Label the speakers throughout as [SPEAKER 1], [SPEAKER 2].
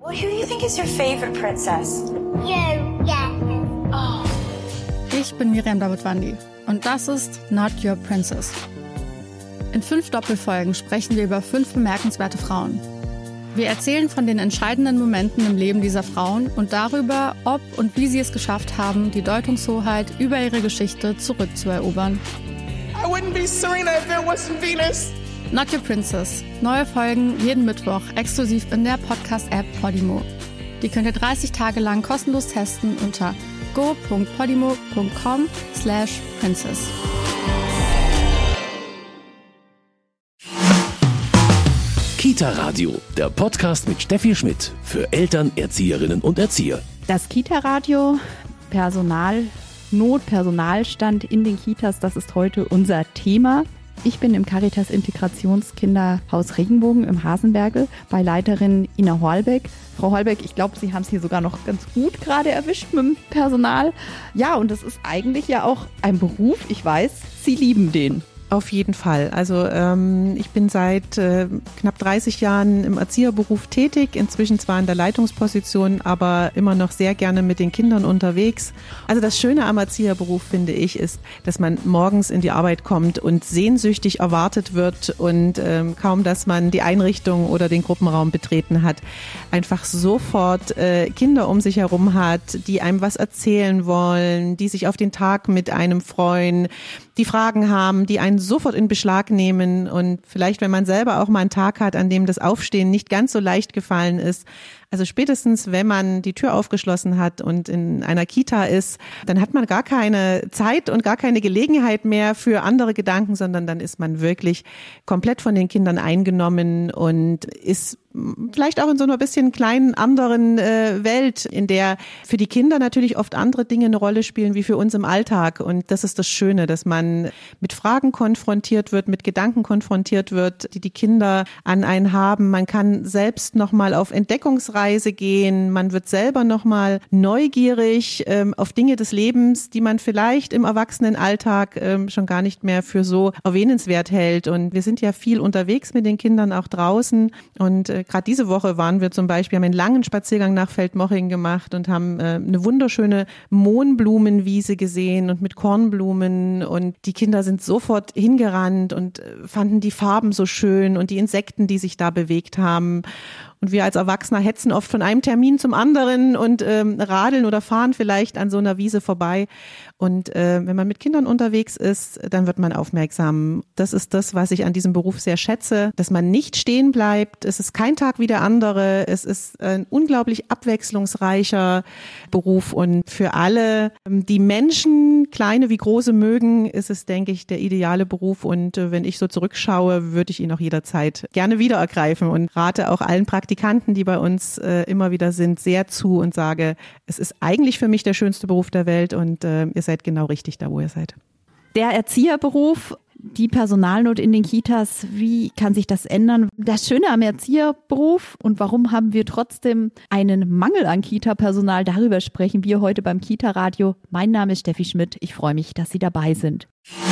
[SPEAKER 1] Well, who do you think is your favorite princess?
[SPEAKER 2] You, yeah.
[SPEAKER 1] Oh.
[SPEAKER 3] Ich bin Miriam Davidwandi und das ist Not Your Princess. In 5 Doppelfolgen sprechen wir über 5 bemerkenswerte Frauen. Wir erzählen von den entscheidenden Momenten im Leben dieser Frauen und darüber, ob und wie sie es geschafft haben, die Deutungshoheit über ihre Geschichte zurückzuerobern.
[SPEAKER 4] I wouldn't be Serena if there wasn't Venus.
[SPEAKER 3] Not Your Princess. Neue Folgen jeden Mittwoch exklusiv in der Podcast-App Podimo. Die könnt ihr 30 Tage lang kostenlos testen unter go.podimo.com/princess.
[SPEAKER 5] Kita Radio, der Podcast mit Steffi Schmidt für Eltern, Erzieherinnen und Erzieher.
[SPEAKER 6] Das Kita-Radio, Personalstand in den Kitas, das ist heute unser Thema. Ich bin im Caritas Integrationskinderhaus Regenbogen im Hasenbergl bei Leiterin Ina Horlbeck. Frau Horlbeck, ich glaube, Sie haben es hier sogar noch ganz gut gerade erwischt mit dem Personal. Ja, und das ist eigentlich ja auch ein Beruf. Ich weiß, Sie lieben den.
[SPEAKER 7] Auf jeden Fall. Also ich bin seit knapp 30 Jahren im Erzieherberuf tätig, inzwischen zwar in der Leitungsposition, aber immer noch sehr gerne mit den Kindern unterwegs. Also das Schöne am Erzieherberuf, finde ich, ist, dass man morgens in die Arbeit kommt und sehnsüchtig erwartet wird und kaum, dass man die Einrichtung oder den Gruppenraum betreten hat, einfach sofort Kinder um sich herum hat, die einem was erzählen wollen, die sich auf den Tag mit einem freuen, die Fragen haben, die einen sofort in Beschlag nehmen und vielleicht, wenn man selber auch mal einen Tag hat, an dem das Aufstehen nicht ganz so leicht gefallen ist, also spätestens, wenn man die Tür aufgeschlossen hat und in einer Kita ist, dann hat man gar keine Zeit und gar keine Gelegenheit mehr für andere Gedanken, sondern dann ist man wirklich komplett von den Kindern eingenommen und ist vielleicht auch in so einer bisschen kleinen anderen Welt, in der für die Kinder natürlich oft andere Dinge eine Rolle spielen wie für uns im Alltag. Und das ist das Schöne, dass man mit Fragen konfrontiert wird, mit Gedanken konfrontiert wird, die Kinder an einen haben. Man kann selbst nochmal auf Entdeckungsreise gehen. Man wird selber nochmal neugierig auf Dinge des Lebens, die man vielleicht im Erwachsenenalltag schon gar nicht mehr für so erwähnenswert hält. Und wir sind ja viel unterwegs mit den Kindern, auch draußen. Und gerade diese Woche waren wir zum Beispiel, haben einen langen Spaziergang nach Feldmoching gemacht und haben eine wunderschöne Mohnblumenwiese gesehen und mit Kornblumen. Und die Kinder sind sofort hingerannt und fanden die Farben so schön und die Insekten, die sich da bewegt haben. Und wir als Erwachsener hetzen oft von einem Termin zum anderen und radeln oder fahren vielleicht an so einer Wiese vorbei. Und wenn man mit Kindern unterwegs ist, dann wird man aufmerksam. Das ist das, was ich an diesem Beruf sehr schätze, dass man nicht stehen bleibt. Es ist kein Tag wie der andere. Es ist ein unglaublich abwechslungsreicher Beruf. Und für alle, die Menschen, kleine wie große mögen, ist es, denke ich, der ideale Beruf. Und wenn ich so zurückschaue, würde ich ihn auch jederzeit gerne wieder ergreifen und rate auch allen Praktikanten, die bei uns immer wieder sind, sehr zu und sage, es ist eigentlich für mich der schönste Beruf der Welt und ihr seid genau richtig da, wo ihr seid.
[SPEAKER 6] Der Erzieherberuf, die Personalnot in den Kitas, wie kann sich das ändern? Das Schöne am Erzieherberuf und warum haben wir trotzdem einen Mangel an Kita-Personal? Darüber sprechen wir heute beim Kita-Radio. Mein Name ist Steffi Schmidt. Ich freue mich, dass Sie dabei sind.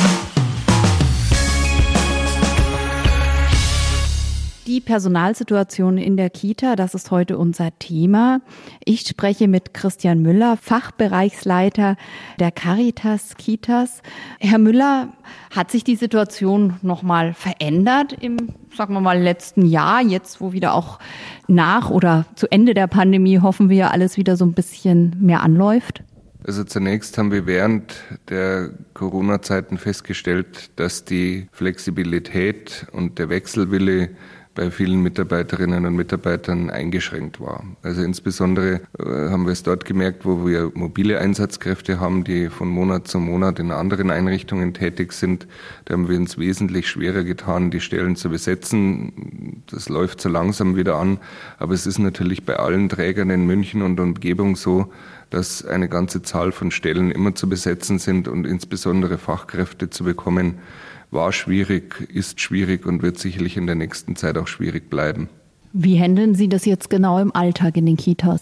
[SPEAKER 6] Die Personalsituation in der Kita, das ist heute unser Thema. Ich spreche mit Christian Müller, Fachbereichsleiter der Caritas Kitas. Herr Müller, hat sich die Situation nochmal verändert im, sagen wir mal, letzten Jahr, jetzt wo wieder auch nach oder zu Ende der Pandemie, hoffen wir, alles wieder so ein bisschen mehr anläuft?
[SPEAKER 8] Also zunächst haben wir während der Corona-Zeiten festgestellt, dass die Flexibilität und der Wechselwille bei vielen Mitarbeiterinnen und Mitarbeitern eingeschränkt war. Also insbesondere haben wir es dort gemerkt, wo wir mobile Einsatzkräfte haben, die von Monat zu Monat in anderen Einrichtungen tätig sind. Da haben wir uns wesentlich schwerer getan, die Stellen zu besetzen. Das läuft so langsam wieder an, aber es ist natürlich bei allen Trägern in München und Umgebung so, dass eine ganze Zahl von Stellen immer zu besetzen sind und insbesondere Fachkräfte zu bekommen, war schwierig, ist schwierig und wird sicherlich in der nächsten Zeit auch schwierig bleiben.
[SPEAKER 6] Wie handeln Sie das jetzt genau im Alltag in den Kitas?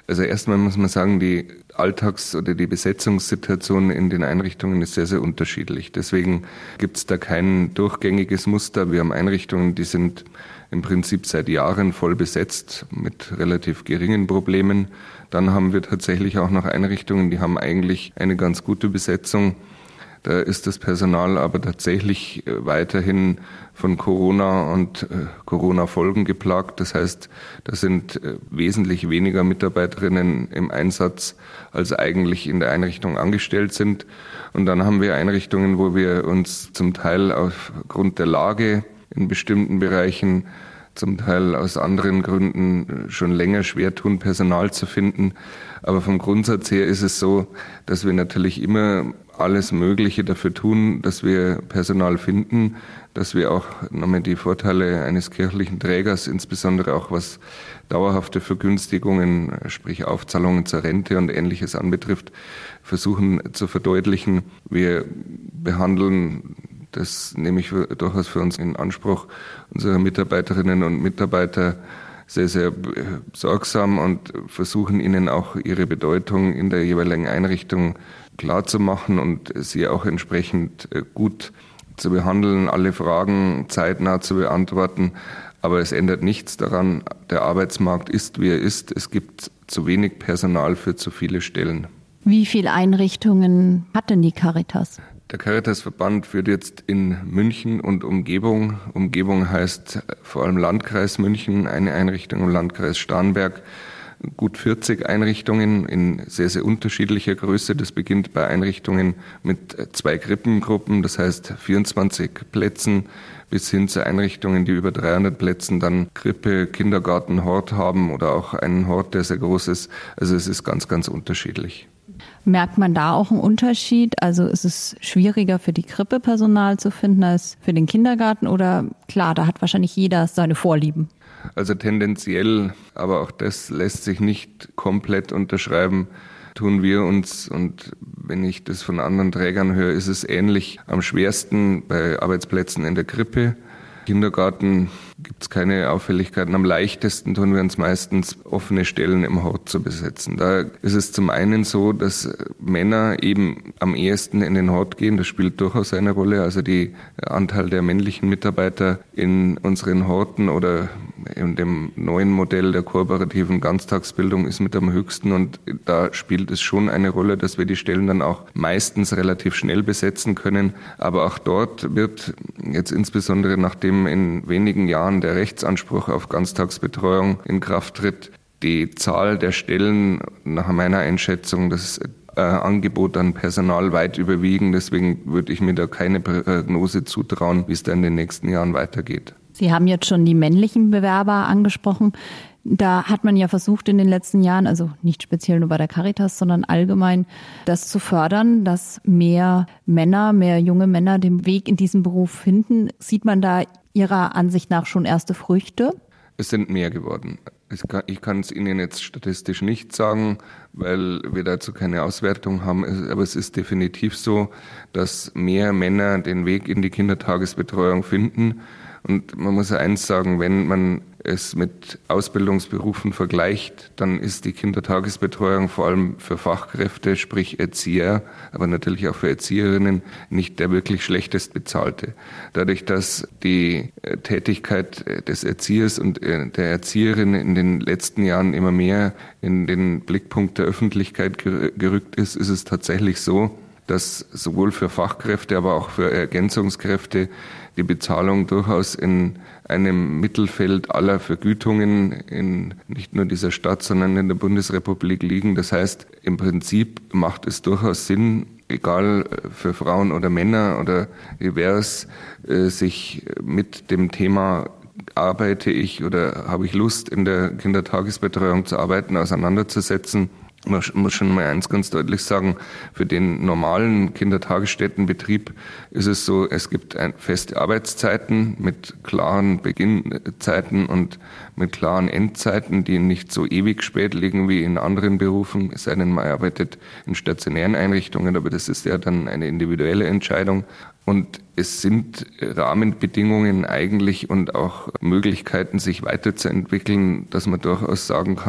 [SPEAKER 8] Also erstmal muss man sagen, die Alltags- oder die Besetzungssituation in den Einrichtungen ist sehr, sehr unterschiedlich. Deswegen gibt es da kein durchgängiges Muster. Wir haben Einrichtungen, die sind im Prinzip seit Jahren voll besetzt mit relativ geringen Problemen. Dann haben wir tatsächlich auch noch Einrichtungen, die haben eigentlich eine ganz gute Besetzung. Da ist das Personal aber tatsächlich weiterhin von Corona und Corona-Folgen geplagt. Das heißt, da sind wesentlich weniger Mitarbeiterinnen im Einsatz, als eigentlich in der Einrichtung angestellt sind. Und dann haben wir Einrichtungen, wo wir uns zum Teil aufgrund der Lage in bestimmten Bereichen, zum Teil aus anderen Gründen schon länger schwer tun, Personal zu finden. Aber vom Grundsatz her ist es so, dass wir natürlich immer alles Mögliche dafür tun, dass wir Personal finden, dass wir auch nochmal die Vorteile eines kirchlichen Trägers, insbesondere auch was dauerhafte Vergünstigungen, sprich Aufzahlungen zur Rente und Ähnliches anbetrifft, versuchen zu verdeutlichen. Wir behandeln, das nehme ich durchaus für uns in Anspruch, unsere Mitarbeiterinnen und Mitarbeiter sehr, sehr sorgsam und versuchen ihnen auch ihre Bedeutung in der jeweiligen Einrichtung klarzumachen und sie auch entsprechend gut zu behandeln, alle Fragen zeitnah zu beantworten. Aber es ändert nichts daran, der Arbeitsmarkt ist, wie er ist. Es gibt zu wenig Personal für zu viele Stellen.
[SPEAKER 6] Wie viele Einrichtungen hat denn die Caritas?
[SPEAKER 8] Der Caritasverband führt jetzt in München und Umgebung. Umgebung heißt vor allem Landkreis München, eine Einrichtung im Landkreis Starnberg, gut 40 Einrichtungen in sehr, sehr unterschiedlicher Größe. Das beginnt bei Einrichtungen mit 2 Krippengruppen, das heißt 24 Plätzen, bis hin zu Einrichtungen, die über 300 Plätzen dann Krippe, Kindergarten, Hort haben oder auch einen Hort, der sehr groß ist. Also es ist ganz, ganz unterschiedlich.
[SPEAKER 6] Merkt man da auch einen Unterschied? Also ist es schwieriger für die Krippe Personal zu finden als für den Kindergarten? Oder klar, da hat wahrscheinlich jeder seine Vorlieben.
[SPEAKER 8] Also tendenziell, aber auch das lässt sich nicht komplett unterschreiben, tun wir uns, und wenn ich das von anderen Trägern höre, ist es ähnlich, am schwersten bei Arbeitsplätzen in der Krippe. Kindergarten gibt es keine Auffälligkeiten. Am leichtesten tun wir uns meistens, offene Stellen im Hort zu besetzen. Da ist es zum einen so, dass Männer eben am ehesten in den Hort gehen. Das spielt durchaus eine Rolle. Also der Anteil der männlichen Mitarbeiter in unseren Horten oder in dem neuen Modell der kooperativen Ganztagsbildung ist mit am höchsten. Und da spielt es schon eine Rolle, dass wir die Stellen dann auch meistens relativ schnell besetzen können. Aber auch dort wird jetzt insbesondere, nachdem in wenigen Jahren der Rechtsanspruch auf Ganztagsbetreuung in Kraft tritt, die Zahl der Stellen nach meiner Einschätzung, das Angebot an Personal weit überwiegen. Deswegen würde ich mir da keine Prognose zutrauen, wie es da in den nächsten Jahren weitergeht.
[SPEAKER 6] Sie haben jetzt schon die männlichen Bewerber angesprochen. Da hat man ja versucht in den letzten Jahren, also nicht speziell nur bei der Caritas, sondern allgemein, das zu fördern, dass mehr Männer, mehr junge Männer den Weg in diesen Beruf finden. Sieht man da Ihrer Ansicht nach schon erste Früchte?
[SPEAKER 8] Es sind mehr geworden. Ich kann es Ihnen jetzt statistisch nicht sagen, weil wir dazu keine Auswertung haben. Aber es ist definitiv so, dass mehr Männer den Weg in die Kindertagesbetreuung finden. Und man muss eins sagen, wenn man es mit Ausbildungsberufen vergleicht, dann ist die Kindertagesbetreuung vor allem für Fachkräfte, sprich Erzieher, aber natürlich auch für Erzieherinnen, nicht der wirklich schlechtest bezahlte. Dadurch, dass die Tätigkeit des Erziehers und der Erzieherin in den letzten Jahren immer mehr in den Blickpunkt der Öffentlichkeit gerückt ist, ist es tatsächlich so, dass sowohl für Fachkräfte, aber auch für Ergänzungskräfte die Bezahlung durchaus in einem Mittelfeld aller Vergütungen in nicht nur dieser Stadt, sondern in der Bundesrepublik liegen. Das heißt, im Prinzip macht es durchaus Sinn, egal für Frauen oder Männer oder divers, sich mit dem Thema arbeite ich oder habe ich Lust, in der Kindertagesbetreuung zu arbeiten, auseinanderzusetzen. Man muss schon mal eins ganz deutlich sagen, für den normalen Kindertagesstättenbetrieb ist es so, es gibt feste Arbeitszeiten mit klaren Beginnzeiten und mit klaren Endzeiten, die nicht so ewig spät liegen wie in anderen Berufen, es sei denn, man arbeitet in stationären Einrichtungen, aber das ist ja dann eine individuelle Entscheidung. Und es sind Rahmenbedingungen eigentlich und auch Möglichkeiten, sich weiterzuentwickeln, dass man durchaus sagen kann,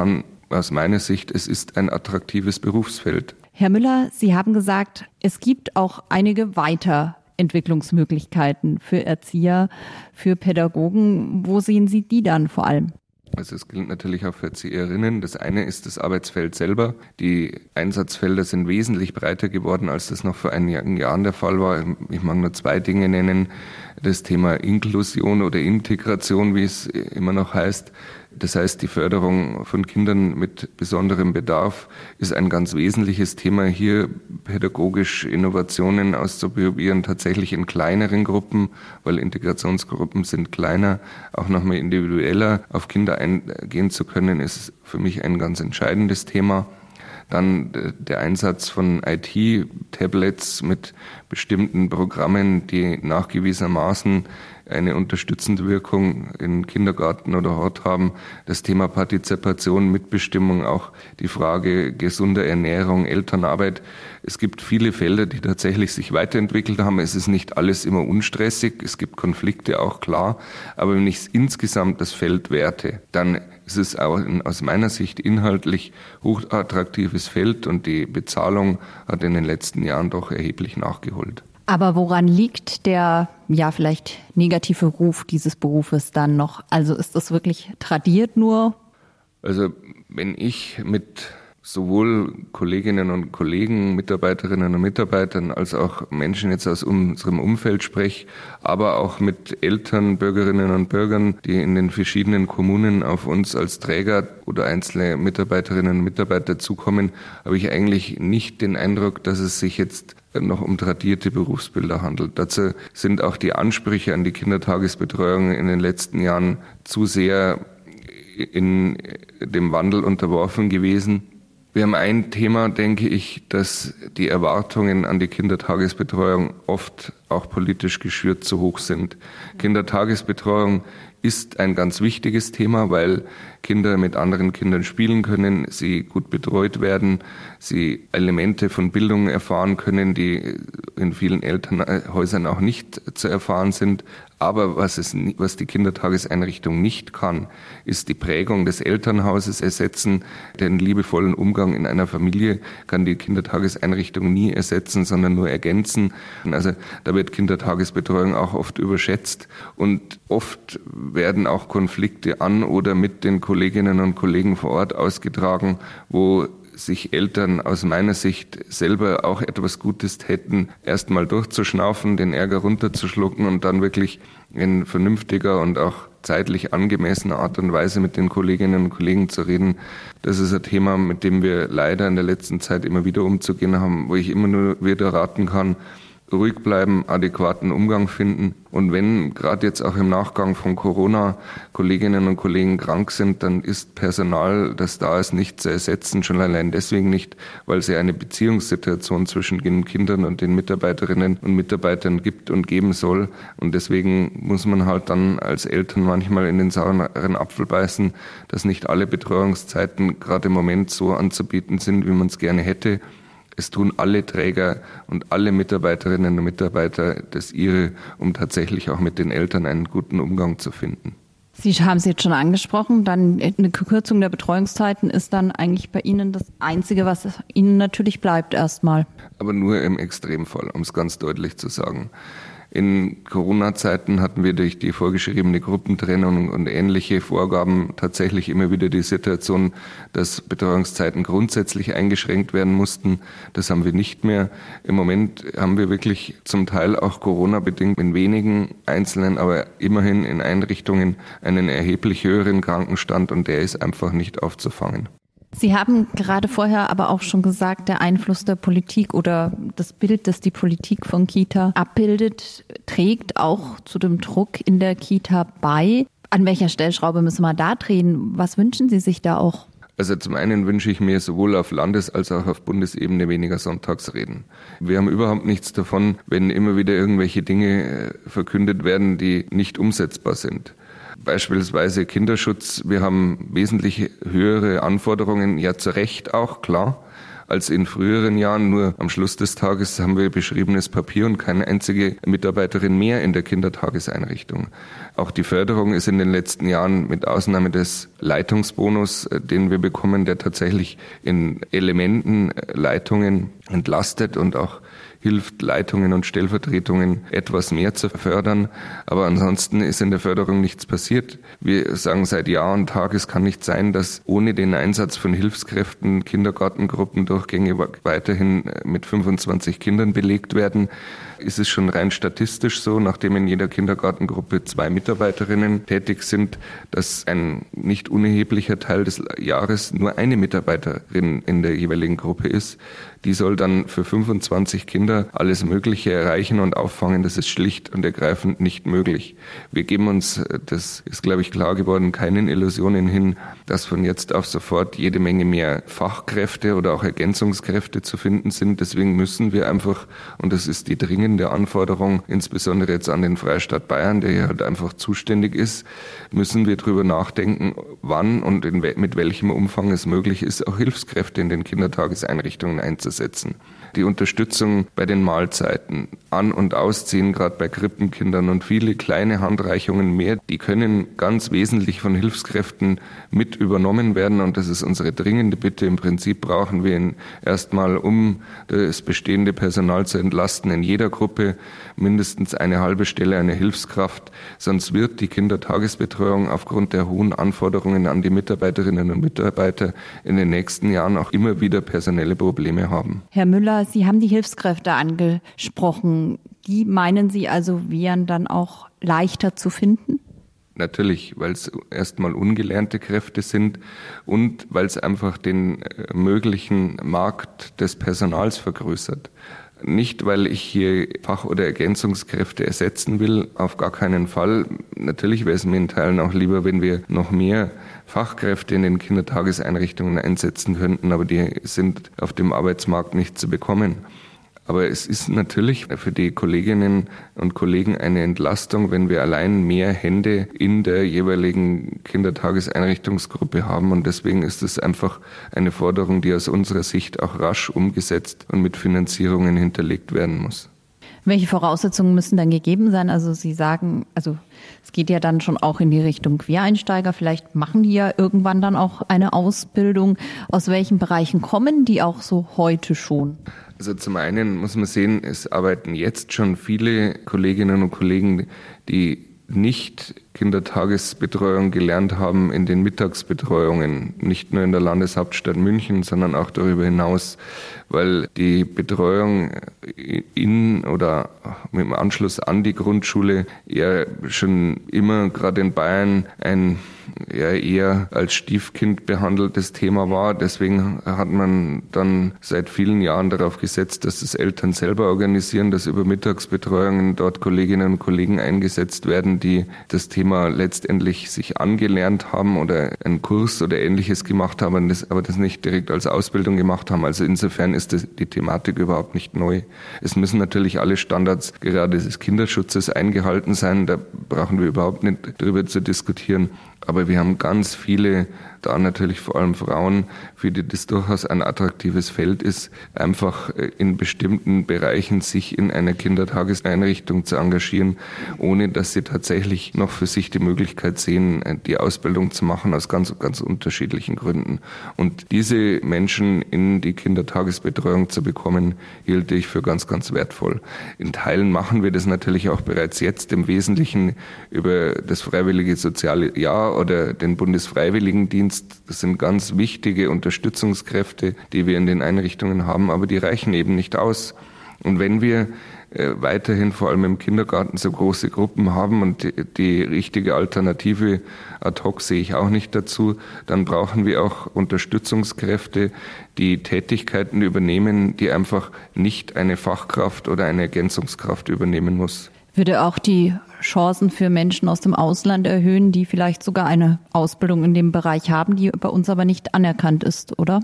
[SPEAKER 8] aus meiner Sicht, es ist ein attraktives Berufsfeld.
[SPEAKER 6] Herr Müller, Sie haben gesagt, es gibt auch einige Weiterentwicklungsmöglichkeiten für Erzieher, für Pädagogen. Wo sehen Sie die dann vor allem?
[SPEAKER 8] Also es gilt natürlich auch für Erzieherinnen. Das eine ist das Arbeitsfeld selber. Die Einsatzfelder sind wesentlich breiter geworden, als das noch vor einigen Jahren der Fall war. Ich mag nur 2 Dinge nennen. Das Thema Inklusion oder Integration, wie es immer noch heißt. Das heißt, die Förderung von Kindern mit besonderem Bedarf ist ein ganz wesentliches Thema, hier pädagogisch Innovationen auszuprobieren, tatsächlich in kleineren Gruppen, weil Integrationsgruppen sind kleiner, auch nochmal individueller auf Kinder eingehen zu können, ist für mich ein ganz entscheidendes Thema. Dann der Einsatz von IT-Tablets mit bestimmten Programmen, die nachgewiesenermaßen eine unterstützende Wirkung in Kindergarten oder Hort haben. Das Thema Partizipation, Mitbestimmung, auch die Frage gesunder Ernährung, Elternarbeit. Es gibt viele Felder, die tatsächlich sich weiterentwickelt haben. Es ist nicht alles immer unstressig. Es gibt Konflikte, auch klar. Aber wenn ich insgesamt das Feld werte, dann ist es auch aus meiner Sicht inhaltlich hochattraktives Feld und die Bezahlung hat in den letzten Jahren doch erheblich nachgeholt.
[SPEAKER 6] Aber woran liegt der, vielleicht negative Ruf dieses Berufes dann noch? Also ist das wirklich tradiert nur?
[SPEAKER 8] Also wenn ich mit sowohl Kolleginnen und Kollegen, Mitarbeiterinnen und Mitarbeitern als auch Menschen jetzt aus unserem Umfeld spreche, aber auch mit Eltern, Bürgerinnen und Bürgern, die in den verschiedenen Kommunen auf uns als Träger oder einzelne Mitarbeiterinnen und Mitarbeiter zukommen, habe ich eigentlich nicht den Eindruck, dass es sich jetzt noch um tradierte Berufsbilder handelt. Dazu sind auch die Ansprüche an die Kindertagesbetreuung in den letzten Jahren zu sehr in dem Wandel unterworfen gewesen. Wir haben ein Thema, denke ich, dass die Erwartungen an die Kindertagesbetreuung oft auch politisch geschürt zu hoch sind. Kindertagesbetreuung ist ein ganz wichtiges Thema, weil Kinder mit anderen Kindern spielen können, sie gut betreut werden, sie Elemente von Bildung erfahren können, die in vielen Elternhäusern auch nicht zu erfahren sind. Aber was die Kindertageseinrichtung nicht kann, ist die Prägung des Elternhauses ersetzen. Den liebevollen Umgang in einer Familie kann die Kindertageseinrichtung nie ersetzen, sondern nur ergänzen. Also da wird Kindertagesbetreuung auch oft überschätzt und oft werden auch Konflikte an oder mit den Kolleginnen und Kollegen vor Ort ausgetragen, wo sich Eltern aus meiner Sicht selber auch etwas Gutes täten, erstmal durchzuschnaufen, den Ärger runterzuschlucken und dann wirklich in vernünftiger und auch zeitlich angemessener Art und Weise mit den Kolleginnen und Kollegen zu reden. Das ist ein Thema, mit dem wir leider in der letzten Zeit immer wieder umzugehen haben, wo ich immer nur wieder raten kann, ruhig bleiben, adäquaten Umgang finden. Und wenn gerade jetzt auch im Nachgang von Corona Kolleginnen und Kollegen krank sind, dann ist Personal, das da ist, nicht zu ersetzen. Schon allein deswegen nicht, weil es ja eine Beziehungssituation zwischen den Kindern und den Mitarbeiterinnen und Mitarbeitern gibt und geben soll. Und deswegen muss man halt dann als Eltern manchmal in den sauren Apfel beißen, dass nicht alle Betreuungszeiten gerade im Moment so anzubieten sind, wie man es gerne hätte. Es tun alle Träger und alle Mitarbeiterinnen und Mitarbeiter das ihre, um tatsächlich auch mit den Eltern einen guten Umgang zu finden.
[SPEAKER 6] Sie haben es jetzt schon angesprochen, dann eine Kürzung der Betreuungszeiten ist dann eigentlich bei Ihnen das Einzige, was Ihnen natürlich bleibt erstmal.
[SPEAKER 8] Aber nur im Extremfall, um es ganz deutlich zu sagen. In Corona-Zeiten hatten wir durch die vorgeschriebene Gruppentrennung und ähnliche Vorgaben tatsächlich immer wieder die Situation, dass Betreuungszeiten grundsätzlich eingeschränkt werden mussten. Das haben wir nicht mehr. Im Moment haben wir wirklich zum Teil auch Corona-bedingt in wenigen einzelnen, aber immerhin in Einrichtungen einen erheblich höheren Krankenstand und der ist einfach nicht aufzufangen.
[SPEAKER 6] Sie haben gerade vorher aber auch schon gesagt, der Einfluss der Politik oder das Bild, das die Politik von Kita abbildet, trägt auch zu dem Druck in der Kita bei. An welcher Stellschraube müssen wir da drehen? Was wünschen Sie sich da auch?
[SPEAKER 8] Also zum einen wünsche ich mir sowohl auf Landes- als auch auf Bundesebene weniger Sonntagsreden. Wir haben überhaupt nichts davon, wenn immer wieder irgendwelche Dinge verkündet werden, die nicht umsetzbar sind. Beispielsweise Kinderschutz. Wir haben wesentlich höhere Anforderungen, ja zu Recht auch, klar. als in früheren Jahren. Nur am Schluss des Tages haben wir beschriebenes Papier und keine einzige Mitarbeiterin mehr in der Kindertageseinrichtung. Auch die Förderung ist in den letzten Jahren mit Ausnahme des Leitungsbonus, den wir bekommen, der tatsächlich in Elementen Leitungen entlastet und auch hilft, Leitungen und Stellvertretungen etwas mehr zu fördern. Aber ansonsten ist in der Förderung nichts passiert. Wir sagen seit Jahr und Tag, es kann nicht sein, dass ohne den Einsatz von Hilfskräften Kindergartengruppendurchgänge weiterhin mit 25 Kindern belegt werden. Ist es schon rein statistisch so, nachdem in jeder Kindergartengruppe 2 Mitarbeiterinnen tätig sind, dass ein nicht unerheblicher Teil des Jahres nur eine Mitarbeiterin in der jeweiligen Gruppe ist. Die soll dann für 25 Kinder alles Mögliche erreichen und auffangen. Das ist schlicht und ergreifend nicht möglich. Wir geben uns, das ist glaube ich klar geworden, keinen Illusionen hin, dass von jetzt auf sofort jede Menge mehr Fachkräfte oder auch Ergänzungskräfte zu finden sind. Deswegen müssen wir einfach, und das ist die dringende Anforderung, insbesondere jetzt an den Freistaat Bayern, der hier halt einfach zuständig ist, müssen wir darüber nachdenken, wann und mit welchem Umfang es möglich ist, auch Hilfskräfte in den Kindertageseinrichtungen einzusetzen. Die Unterstützung bei den Mahlzeiten, An- und Ausziehen, gerade bei Krippenkindern und viele kleine Handreichungen mehr, die können ganz wesentlich von Hilfskräften mit übernommen werden und das ist unsere dringende Bitte. Im Prinzip brauchen wir erstmal, um das bestehende Personal zu entlasten, in jeder Gruppe mindestens eine halbe Stelle eine Hilfskraft, sonst wird die Kindertagesbetreuung aufgrund der hohen Anforderungen an die Mitarbeiterinnen und Mitarbeiter in den nächsten Jahren auch immer wieder personelle Probleme haben.
[SPEAKER 6] Herr Müller, Sie haben die Hilfskräfte angesprochen. Die meinen Sie also wären dann auch leichter zu finden?
[SPEAKER 8] Natürlich, weil es erstmal ungelernte Kräfte sind und weil es einfach den möglichen Markt des Personals vergrößert. Nicht, weil ich hier Fach- oder Ergänzungskräfte ersetzen will, auf gar keinen Fall. Natürlich wäre es mir in Teilen auch lieber, wenn wir noch mehr Fachkräfte in den Kindertageseinrichtungen einsetzen könnten, aber die sind auf dem Arbeitsmarkt nicht zu bekommen. Aber es ist natürlich für die Kolleginnen und Kollegen eine Entlastung, wenn wir allein mehr Hände in der jeweiligen Kindertageseinrichtungsgruppe haben. Und deswegen ist es einfach eine Forderung, die aus unserer Sicht auch rasch umgesetzt und mit Finanzierungen hinterlegt werden muss.
[SPEAKER 6] Welche Voraussetzungen müssen dann gegeben sein? Also Sie sagen, es geht ja dann schon auch in die Richtung Quereinsteiger. Vielleicht machen die ja irgendwann dann auch eine Ausbildung. Aus welchen Bereichen kommen die auch so heute schon?
[SPEAKER 8] Also zum einen muss man sehen, es arbeiten jetzt schon viele Kolleginnen und Kollegen, die nicht Kindertagesbetreuung gelernt haben in den Mittagsbetreuungen, nicht nur in der Landeshauptstadt München, sondern auch darüber hinaus, weil die Betreuung in oder im Anschluss an die Grundschule ja schon immer gerade in Bayern ein eher als Stiefkind behandeltes Thema war. Deswegen hat man dann seit vielen Jahren darauf gesetzt, dass das Eltern selber organisieren, dass über Mittagsbetreuungen dort Kolleginnen und Kollegen eingesetzt werden, die das Thema letztendlich sich angelernt haben oder einen Kurs oder Ähnliches gemacht haben, aber das nicht direkt als Ausbildung gemacht haben. Also insofern ist die Thematik überhaupt nicht neu. Es müssen natürlich alle Standards gerade des Kinderschutzes eingehalten sein. Da brauchen wir überhaupt nicht drüber zu diskutieren. Aber wir haben ganz viele, da natürlich vor allem Frauen, für die das durchaus ein attraktives Feld ist, einfach in bestimmten Bereichen sich in einer Kindertageseinrichtung zu engagieren, ohne dass sie tatsächlich noch für sich die Möglichkeit sehen, die Ausbildung zu machen, aus ganz, ganz unterschiedlichen Gründen. Und diese Menschen in die Kindertagesbetreuung zu bekommen, hielte ich für ganz, ganz wertvoll. In Teilen machen wir das natürlich auch bereits jetzt im Wesentlichen über das freiwillige soziale Jahr oder den Bundesfreiwilligendienst. Das sind ganz wichtige Unterstützungskräfte, die wir in den Einrichtungen haben, aber die reichen eben nicht aus. Und wenn wir weiterhin vor allem im Kindergarten so große Gruppen haben und die richtige Alternative ad hoc sehe ich auch nicht dazu, dann brauchen wir auch Unterstützungskräfte, die Tätigkeiten übernehmen, die einfach nicht eine Fachkraft oder eine Ergänzungskraft übernehmen muss.
[SPEAKER 6] Würde auch die Chancen für Menschen aus dem Ausland erhöhen, die vielleicht sogar eine Ausbildung in dem Bereich haben, die bei uns aber nicht anerkannt ist, oder?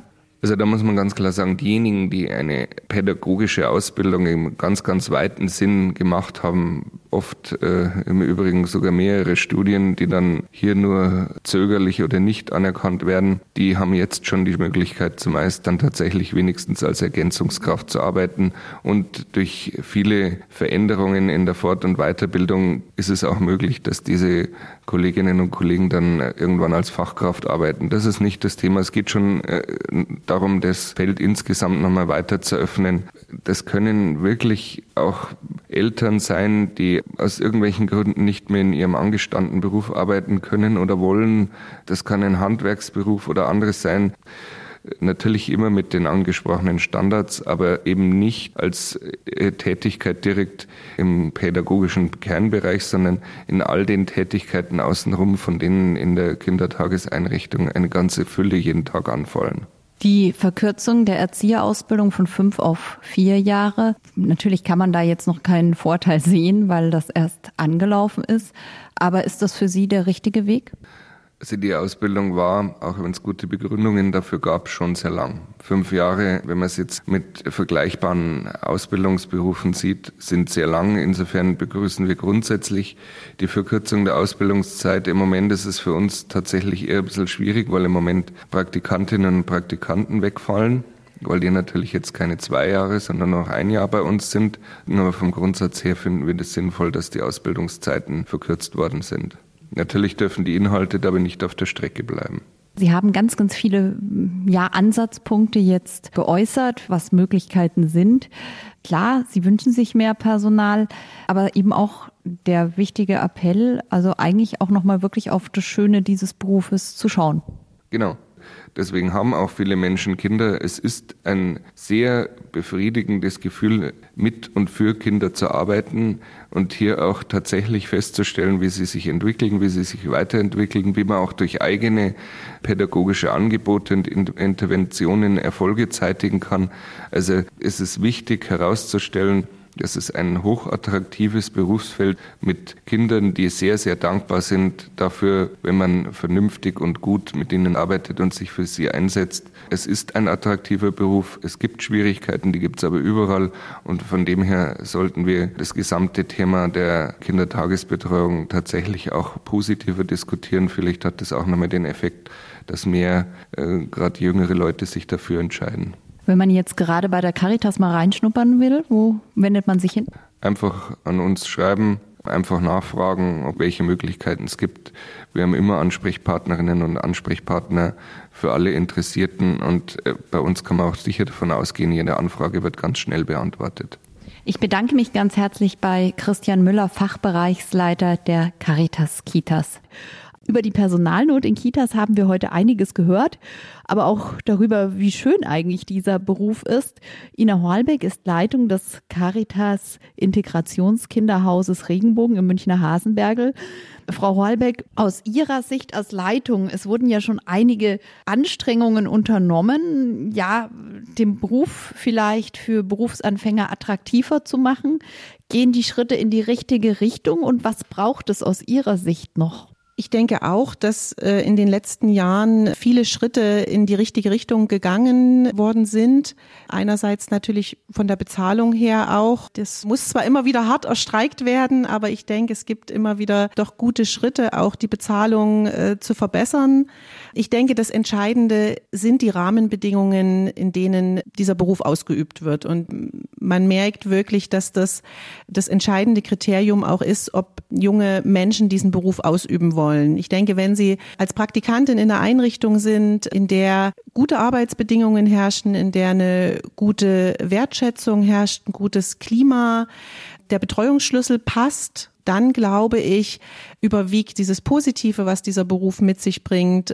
[SPEAKER 8] Also da muss man ganz klar sagen, diejenigen, die eine pädagogische Ausbildung im ganz, ganz weiten Sinn gemacht haben, oft im Übrigen sogar mehrere Studien, die dann hier nur zögerlich oder nicht anerkannt werden, die haben jetzt schon die Möglichkeit, zumeist dann tatsächlich wenigstens als Ergänzungskraft zu arbeiten. Und durch viele Veränderungen in der Fort- und Weiterbildung ist es auch möglich, dass diese Kolleginnen und Kollegen dann irgendwann als Fachkraft arbeiten. Das ist nicht das Thema. Es geht schon darum, das Feld insgesamt nochmal weiter zu öffnen. Das können wirklich auch Eltern sein, die aus irgendwelchen Gründen nicht mehr in ihrem angestammten Beruf arbeiten können oder wollen. Das kann ein Handwerksberuf oder anderes sein. Natürlich immer mit den angesprochenen Standards, aber eben nicht als Tätigkeit direkt im pädagogischen Kernbereich, sondern in all den Tätigkeiten außenrum, von denen in der Kindertageseinrichtung eine ganze Fülle jeden Tag anfallen.
[SPEAKER 6] Die Verkürzung der Erzieherausbildung von 5 auf 4 Jahre. Natürlich kann man da jetzt noch keinen Vorteil sehen, weil das erst angelaufen ist. Aber ist das für Sie der richtige Weg?
[SPEAKER 8] Also die Ausbildung war, auch wenn es gute Begründungen dafür gab, schon sehr lang. 5 Jahre, wenn man es jetzt mit vergleichbaren Ausbildungsberufen sieht, sind sehr lang. Insofern begrüßen wir grundsätzlich die Verkürzung der Ausbildungszeit. Im Moment ist es für uns tatsächlich eher ein bisschen schwierig, weil im Moment Praktikantinnen und Praktikanten wegfallen, weil die natürlich jetzt keine 2 Jahre, sondern noch 1 Jahr bei uns sind. Aber vom Grundsatz her finden wir das sinnvoll, dass die Ausbildungszeiten verkürzt worden sind. Natürlich dürfen die Inhalte dabei nicht auf der Strecke bleiben.
[SPEAKER 6] Sie haben ganz, ganz viele Ansatzpunkte jetzt geäußert, was Möglichkeiten sind. Klar, Sie wünschen sich mehr Personal, aber eben auch der wichtige Appell, also eigentlich auch nochmal wirklich auf das Schöne dieses Berufes zu schauen.
[SPEAKER 8] Genau. Deswegen haben auch viele Menschen Kinder. Es ist ein sehr befriedigendes Gefühl, mit und für Kinder zu arbeiten und hier auch tatsächlich festzustellen, wie sie sich entwickeln, wie sie sich weiterentwickeln, wie man auch durch eigene pädagogische Angebote und Interventionen Erfolge zeitigen kann. Also es ist wichtig herauszustellen, das ist ein hochattraktives Berufsfeld mit Kindern, die sehr, sehr dankbar sind dafür, wenn man vernünftig und gut mit ihnen arbeitet und sich für sie einsetzt. Es ist ein attraktiver Beruf. Es gibt Schwierigkeiten, die gibt es aber überall. Und von dem her sollten wir das gesamte Thema der Kindertagesbetreuung tatsächlich auch positiver diskutieren. Vielleicht hat das auch nochmal den Effekt, dass mehr gerade jüngere Leute sich dafür entscheiden.
[SPEAKER 6] Wenn man jetzt gerade bei der Caritas mal reinschnuppern will, wo wendet man sich hin?
[SPEAKER 8] Einfach an uns schreiben, einfach nachfragen, ob welche Möglichkeiten es gibt. Wir haben immer Ansprechpartnerinnen und Ansprechpartner für alle Interessierten und bei uns kann man auch sicher davon ausgehen, jede Anfrage wird ganz schnell beantwortet.
[SPEAKER 6] Ich bedanke mich ganz herzlich bei Christian Müller, Fachbereichsleiter der Caritas Kitas. Über die Personalnot in Kitas haben wir heute einiges gehört, aber auch darüber, wie schön eigentlich dieser Beruf ist. Ina Horlbeck ist Leitung des Caritas Integrationskinderhauses Regenbogen im Münchner Hasenbergl. Frau Horlbeck, aus Ihrer Sicht als Leitung, es wurden ja schon einige Anstrengungen unternommen, ja, den Beruf vielleicht für Berufsanfänger attraktiver zu machen. Gehen die Schritte in die richtige Richtung und was braucht es aus Ihrer Sicht noch?
[SPEAKER 7] Ich denke auch, dass in den letzten Jahren viele Schritte in die richtige Richtung gegangen worden sind. Einerseits natürlich von der Bezahlung her auch. Das muss zwar immer wieder hart erstreikt werden, aber ich denke, es gibt immer wieder doch gute Schritte, auch die Bezahlung zu verbessern. Ich denke, das Entscheidende sind die Rahmenbedingungen, in denen dieser Beruf ausgeübt wird. Und man merkt wirklich, dass das entscheidende Kriterium auch ist, ob junge Menschen diesen Beruf ausüben wollen. Ich denke, wenn Sie als Praktikantin in einer Einrichtung sind, in der gute Arbeitsbedingungen herrschen, in der eine gute Wertschätzung herrscht, ein gutes Klima, der Betreuungsschlüssel passt, dann glaube ich, überwiegt dieses Positive, was dieser Beruf mit sich bringt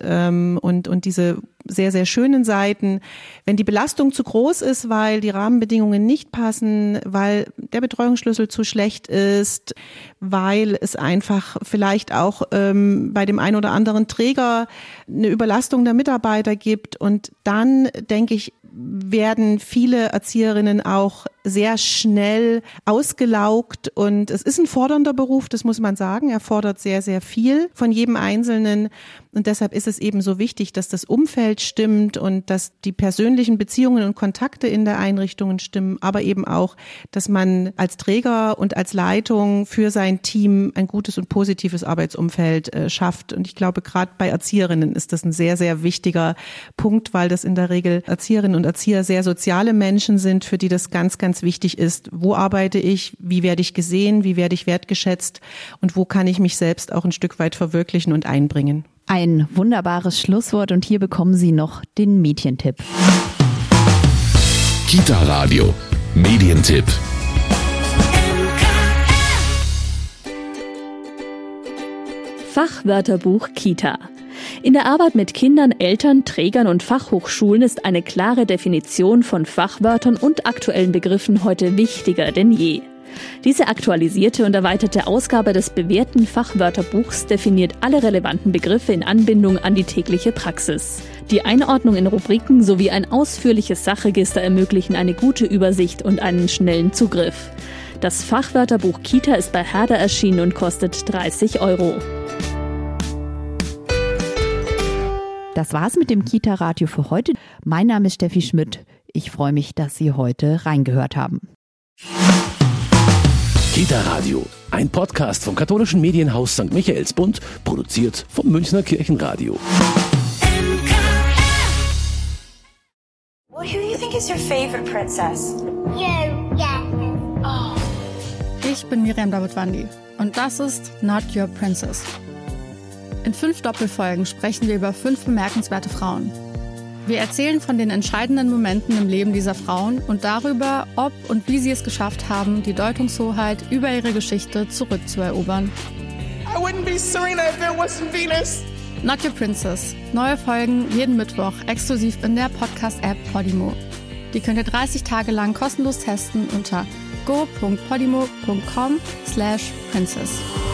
[SPEAKER 7] und diese sehr, sehr schönen Seiten. Wenn die Belastung zu groß ist, weil die Rahmenbedingungen nicht passen, weil der Betreuungsschlüssel zu schlecht ist, weil es einfach vielleicht auch bei dem einen oder anderen Träger eine Überlastung der Mitarbeiter gibt und dann, denke ich, werden viele Erzieherinnen auch sehr schnell ausgelaugt und es ist ein fordernder Beruf, das muss man sagen. Er fordert sehr, sehr viel von jedem Einzelnen und deshalb ist es eben so wichtig, dass das Umfeld stimmt und dass die persönlichen Beziehungen und Kontakte in der Einrichtung stimmen, aber eben auch, dass man als Träger und als Leitung für sein Team ein gutes und positives Arbeitsumfeld schafft. Und ich glaube, gerade bei Erzieherinnen ist das ein sehr, sehr wichtiger Punkt, weil das in der Regel Erzieherinnen und Erzieher sehr soziale Menschen sind, für die das ganz, ganz wichtig ist. Wo arbeite ich? Wie werde ich gesehen? Wie werde ich wertgeschätzt? Und wo kann ich mich selbst auch ein Stück weit verwirklichen und einbringen?
[SPEAKER 6] Ein wunderbares Schlusswort und hier bekommen Sie noch den Medientipp.
[SPEAKER 5] Kita Radio, Medientipp.
[SPEAKER 2] Fachwörterbuch Kita. In der Arbeit mit Kindern, Eltern, Trägern und Fachhochschulen ist eine klare Definition von Fachwörtern und aktuellen Begriffen heute wichtiger denn je. Diese aktualisierte und erweiterte Ausgabe des bewährten Fachwörterbuchs definiert alle relevanten Begriffe in Anbindung an die tägliche Praxis. Die Einordnung in Rubriken sowie ein ausführliches Sachregister ermöglichen eine gute Übersicht und einen schnellen Zugriff. Das Fachwörterbuch Kita ist bei Herder erschienen und kostet 30 €.
[SPEAKER 6] Das war's mit dem Kita-Radio für heute. Mein Name ist Steffi Schmidt. Ich freue mich, dass Sie heute reingehört haben.
[SPEAKER 5] Kita Radio, ein Podcast vom katholischen Medienhaus St. Michaelsbund, produziert vom Münchner Kirchenradio.
[SPEAKER 1] Well, who do you think is your favorite princess?
[SPEAKER 9] You, yeah.
[SPEAKER 1] Oh.
[SPEAKER 3] Ich bin Miriam Davidwandi und das ist Not Your Princess. In 5 Doppelfolgen sprechen wir über 5 bemerkenswerte Frauen. Wir erzählen von den entscheidenden Momenten im Leben dieser Frauen und darüber, ob und wie sie es geschafft haben, die Deutungshoheit über ihre Geschichte zurückzuerobern.
[SPEAKER 4] I wouldn't be Serena if there wasn't Venus.
[SPEAKER 3] Not Your Princess. Neue Folgen jeden Mittwoch exklusiv in der Podcast-App Podimo. Die könnt ihr 30 Tage lang kostenlos testen unter go.podimo.com/princess.